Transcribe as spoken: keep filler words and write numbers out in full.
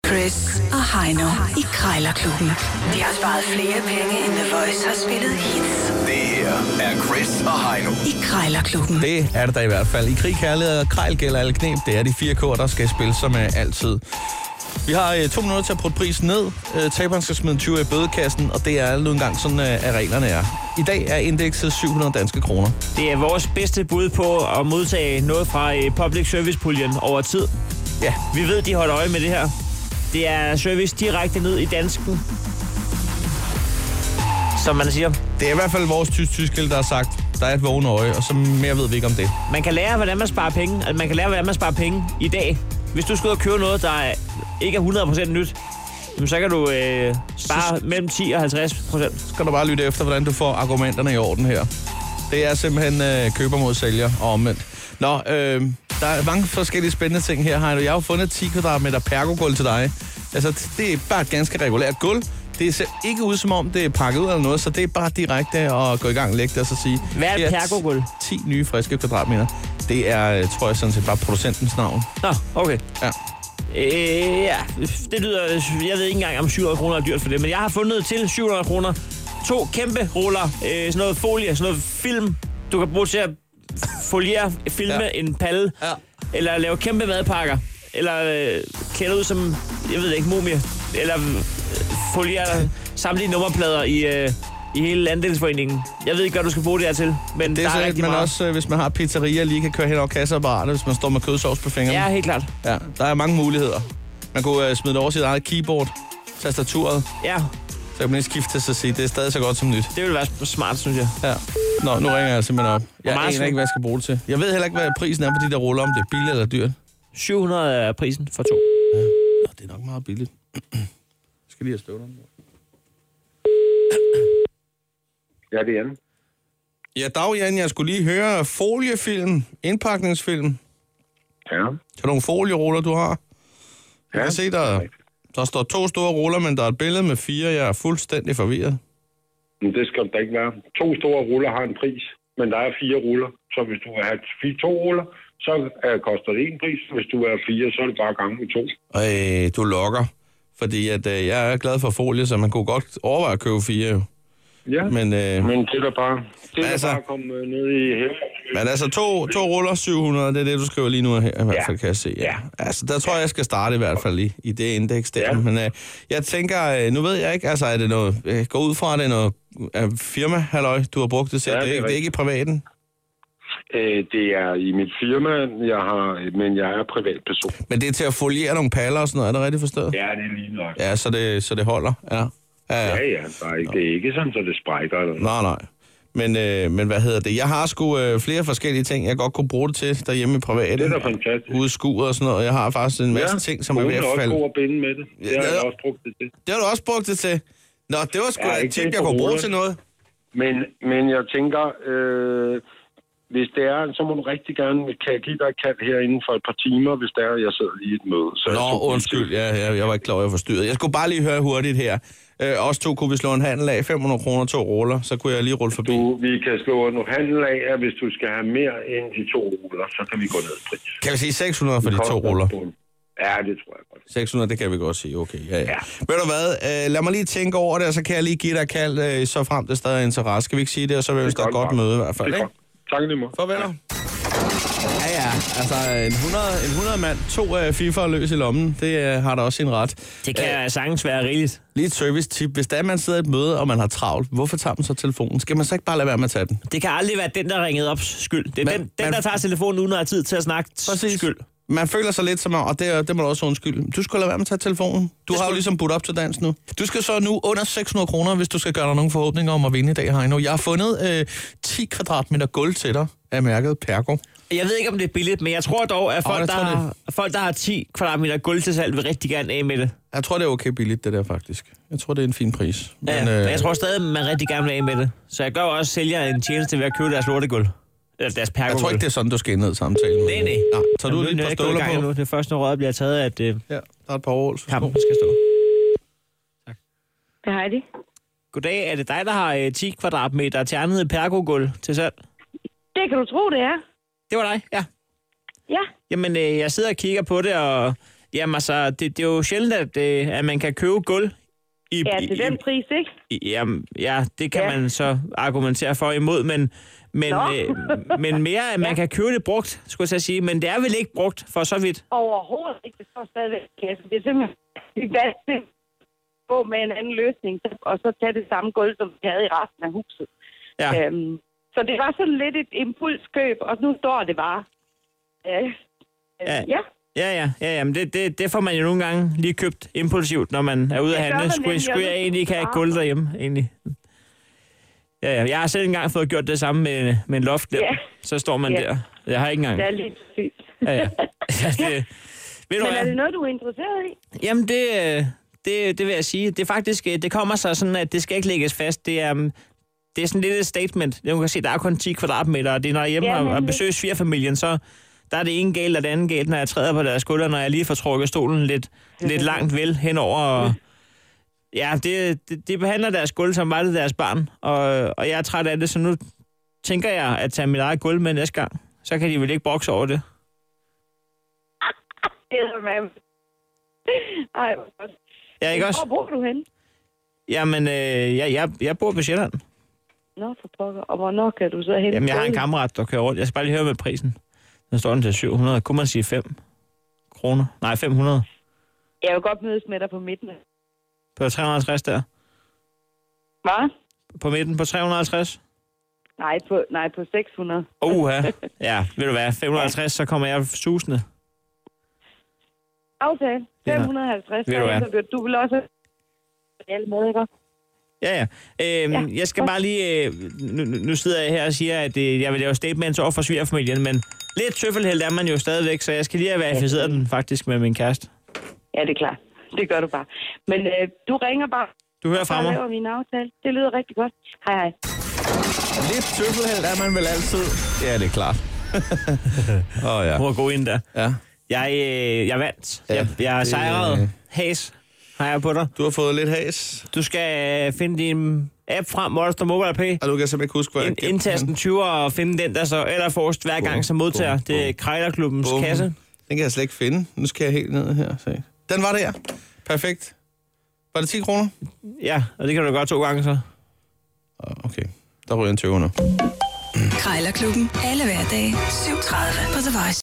Chris og Heino i Krejlerklubben. De har sparet flere penge, end The Voice har spillet hits. Det her er Chris og Heino i Krejlerklubben. Det er det da i hvert fald. I krig, kærlighed og krejl gælder alle knep. Det er de fire K'er, der skal spille som altid. Vi har øh, to minutter til at putte prisen ned. Øh, taberen skal smide en tyve i bødekassen, og det er nu engang sådan, øh, at reglerne er. I dag er indekset syv hundrede danske kroner. Det er vores bedste bud på at modtage noget fra øh, public service-puljen over tid. Ja. Vi ved, de holder øje med det her. Det er service direkte ned i dansken, som man siger. Det er i hvert fald vores tysk-tyskæld, der har sagt, der er et vågen øje, og så mere ved vi ikke om det. Man kan lære, hvordan man sparer penge. Altså, man kan lære, hvordan man sparer penge i dag. Hvis du skal ud og købe noget, der ikke er hundrede procent nyt, så kan du øh, spare mellem ti og halvtreds procent. Så skal du bare lytte efter, hvordan du får argumenterne i orden her. Det er simpelthen øh, køber mod sælger og omvendt. Nå, øh, der er mange forskellige spændende ting her, Heino. Jeg har jo fundet ti kvadratmeter pergogulv til dig. Altså, det er bare et ganske regulært gulv. Det ser ikke ud, som om det er pakket ud eller noget, så det er bare direkte at gå i gang og lægge det og så sige... Hvad er et pergogulv? ti nye friske kvadratmeter. Det er, tror jeg, sådan set bare producentens navn. Nå, okay. Ja. Øh, ja, det lyder... Jeg ved ikke engang, om syv hundrede kroner er dyrt for det, men jeg har fundet til syv hundrede kroner to kæmpe ruller, øh, sådan noget folie, sådan noget film, du kan bruge til at foliere, filme ja. en palle, ja. eller lave kæmpe madpakker, eller øh, klæde ud som, jeg ved ikke, mumie, eller øh, foliere samtlige nummerplader i... Øh, i hele andelsforeningen. Jeg ved ikke, hvad du skal bruge det her til, men det er der er rigtig man meget. også, hvis man har pizzeria, lige kan køre hen over kasseapparatet, hvis man står med kødsovs på fingrene. Ja, helt klart. Ja, der er mange muligheder. Man kunne uh, smide det over sit eget keyboard, tastaturet. Ja. Så kan man lige skifte til at sige, det er stadig så godt som nyt. Det vil være smart, synes jeg. Ja. Nå, nu ringer jeg simpelthen op. Jeg aner ikke, hvad jeg skal bruge det til. Jeg ved heller ikke, hvad prisen er på de der ruller, om det er billigt eller dyrt. syv hundrede er prisen for to. Ja. Nå, det er nok meget billigt. Jeg skal lige have støvlerne. Ja, det er Jan. Ja, dag Jan, jeg skulle lige høre foliefilm, indpakningsfilm. Ja. Så nogle folieruller, du har. Jeg ja. kan se, der, der står to store ruller, men der er et billede med fire. Jeg er fuldstændig forvirret. Men det skal der ikke være. To store ruller har en pris, men der er fire ruller. Så hvis du vil have fire, to ruller, så uh, koster det en pris. Hvis du er fire, så er det bare gange med to. Øh, du lokker. Fordi at, øh, jeg er glad for folie, så man kunne godt overveje at købe fire jo. Ja, men, øh, men det er da bare, det er altså, bare at komme ned i helvede. Men altså to, to ruller syv hundrede, det er det, du skriver lige nu her, i hvert fald, ja. Kan jeg se. Ja. Ja. Altså, der tror jeg, jeg skal starte i hvert fald i, i det indeks der. Ja. Men øh, jeg tænker, øh, nu ved jeg ikke, altså er det noget, øh, gå ud fra, det er noget øh, firma, halløj, du har brugt det til. Ja, det, det, er, det er ikke i privaten? Øh, det er i mit firma, jeg har, men jeg er privatperson. Men det er til at foliere nogle paller og sådan noget, er det rigtigt forstået? Ja, det er lige nok. Ja, så det, så det holder, ja. Ja, ja, ja der er ikke, det er ikke sådan, så det sprækker. Eller nej, nej. Men, øh, men hvad hedder det? Jeg har sgu øh, flere forskellige ting, jeg godt kunne bruge det til derhjemme i privaten. Det er da fantastisk. Ude skuret og sådan noget. Jeg har faktisk en masse ja, ting, som er ved at falde. Ja, du er også god at binde med det. Det har ja, jeg også brugt det til. Det har du også brugt det til? Nå, det var sgu ja, et tip, jeg kunne bruge til noget. Men, men jeg tænker, øh, hvis det er, så må du rigtig gerne, kan jeg give dig et kald her inden for et par timer, hvis det er, jeg sidder lige i et møde. Så Nå, undskyld, ja, ja, jeg var ikke klar over, at jeg forstyrrede. Jeg skulle bare lige høre hurtigt her. Øh, os to kunne vi slå en handel af, fem hundrede kroner, to ruller, så kunne jeg lige rulle forbi. Du, vi kan slå en handel af, at hvis du skal have mere end de to ruller, så kan vi gå ned i pris. Kan vi sige seks hundrede for de to ruller? Ja, det tror jeg godt. seks hundrede, det kan vi godt sige, okay. Ja, ja. Ja. Ved du hvad, øh, lad mig lige tænke over det, og så kan jeg lige give dig kald, øh, så frem det stadig er interesse. Skal vi ikke sige det, og så vil vi starte godt møde i hvert fald, ikke? Tak lige måde. Farvel. Ja. Ja, ja, altså en hundrede, en hundrede mand, to øh, fifer løs i lommen, det øh, har der også sin ret. Det kan øh, sagtens være rigeligt. Lige et service-tip. Hvis der er, man sidder i et møde, og man har travlt, hvorfor tager man så telefonen? Skal man så ikke bare lade være med at tage den? Det kan aldrig være den, der ringede op skyld. Det er man, den, den man, der tager telefonen uden at have tid til at snakke præcis. Skyld. Man føler sig lidt som om, og det, det må du også undskylde. Du skal lade være med at tage telefonen. Du har jo ligesom budt op til dans nu. Du skal så nu under seks hundrede kroner, hvis du skal gøre dig nogle forhåbninger om at vinde i dag, Heino. Jeg har fundet øh, ti kvadratmeter gulv til dig af mærket Pergo. Jeg ved ikke, om det er billigt, men jeg tror dog, at folk, oh, der, har, folk der har ti kvadratmeter gulv til salg, vil rigtig gerne af med det. Jeg tror, det er okay billigt, det der faktisk. Jeg tror, det er en fin pris. Men, ja, øh... men jeg tror stadig, man rigtig gerne vil af med det. Så jeg gør også sælger en tjeneste ved at købe deres lortegulv. Eller deres pergogulv. Jeg tror ikke, det er sådan, du skal ind i samtalen. Nej, nej. Ja, tager du lige et par ståler på? Nu. Det første, når røret bliver taget, at... Øh, ja, der er et par år. Kampen skal stå. Tak. Det har de. Goddag, er det dig, der har øh, ti kvadratmeter ternet pergogulv til salg? Det kan du tro, det er. Det var dig, ja. Ja. Jamen, øh, jeg sidder og kigger på det, og Jamen altså, det, det er jo sjældent, at, øh, at man kan købe gulv. I, Ja, til i, den pris, ikke? i, jamen, ja, det kan Ja. man så argumentere for imod, men, men, øh, men mere, at man Ja. kan købe det brugt, skulle jeg så sige. Men det er vel ikke brugt for så vidt? Overhovedet ikke. Det står stadigvæk i kassen. Det er simpelthen vi valgte at gå med en anden løsning, og så tage det samme gulv, som vi havde i resten af huset. Ja. Øhm, så det var sådan lidt et impulskøb, og nu står det bare. Øh, øh, Ja. ja. Ja, ja, ja, ja, men det, det, det får man jo nogle gange lige købt impulsivt, når man er ude at Det gør handle. man Skulle, nemlig, skulle og jeg det- egentlig ikke have et gulv derhjemme, egentlig? Ja, ja, jeg har selv engang fået gjort det samme med, med en loft der. Ja. Så står man Ja. der. Jeg har ikke engang. Det er lige præcis. Ja, ja. ja det, ved du Men er hvad? det noget, du er interesseret i? Jamen, det, øh, det, det vil jeg sige. Det er faktisk, øh, det kommer så sådan, at det skal ikke lægges fast. Det er, um, det er sådan lidt et statement. Du kan se, der er kun ti kvadratmeter, og det er, når jeg er hjemme Ja, og, og nemlig. besøger svigerfamilien, så der er det ene galt og det andet galt, når jeg træder på deres skulder, når jeg lige får trukket stolen lidt, lidt langt vel henover. Og, ja, det, det, det behandler deres gulv, som var det deres barn, og, og jeg er træt af det, så nu tænker jeg at tage mit eget gulv med næste gang. Så kan de vel ikke brokse over det. Det er med. Ej, hvor godt. Ja, ikke også? Hvor bor du henne? Jamen, øh, jeg, jeg, jeg bor på Sjælland. Nå, for pokker. Og hvornår kan du så hente Jamen, jeg har en gulvet? kammerat, der kører rundt. Jeg skal bare lige høre med prisen. Den står den til syv hundrede. Kunne man sige fem kroner? Nej, fem hundrede. Jeg vil godt mødes med dig på midten. På tre hundrede og halvtreds der. Hvad? På midten på tre hundrede og halvtreds. Nej, på, nej, på seks hundrede. Uha. Ja, ved du hvad? fem hundrede og halvtreds, så kommer jeg susende. Aftale. Ja. fem hundrede og halvtreds. Ved du hvad? Så Du vil også alle med, ikke? Ja, ja. Øhm, Ja, jeg skal godt. bare lige... Øh, nu, nu sidder jeg her og siger, at øh, jeg vil lave statements over for svigerfamilien, men lidt tøffelheld er man jo stadigvæk, så jeg skal lige have verificeret den faktisk med min kæreste. Ja, det er klart. Det gør du bare. Men øh, du ringer bare. Du hører fra og mig. laver min aftale. Det lyder rigtig godt. Hej, hej. Lidt tøffelheld er man vel altid. Ja, det er klart. Åh oh, ja. Prøv at gå ind der. ja. Jeg, øh, jeg vandt. Ja, jeg jeg er det- sejret. Has har jeg på dig. Du har fået lidt has, Du skal øh, finde din app frem, Monster Mobile Pay. og du kan simpelthen ikke huske, hvor jeg Ind, indtast en tyver og finde den, der så allerforrest hver gang som modtager. bum, Det er Krejlerklubbens Bum. kasse. Den kan jeg slet ikke finde. Nu skal jeg helt ned her. Se. Den var der. Perfekt. Var det ti kroner? Ja, og det kan du gøre to gange så. Okay, der ryger en tyve hundrede. Krejlerklubben. Alle hverdage. syv tredive på The Voice.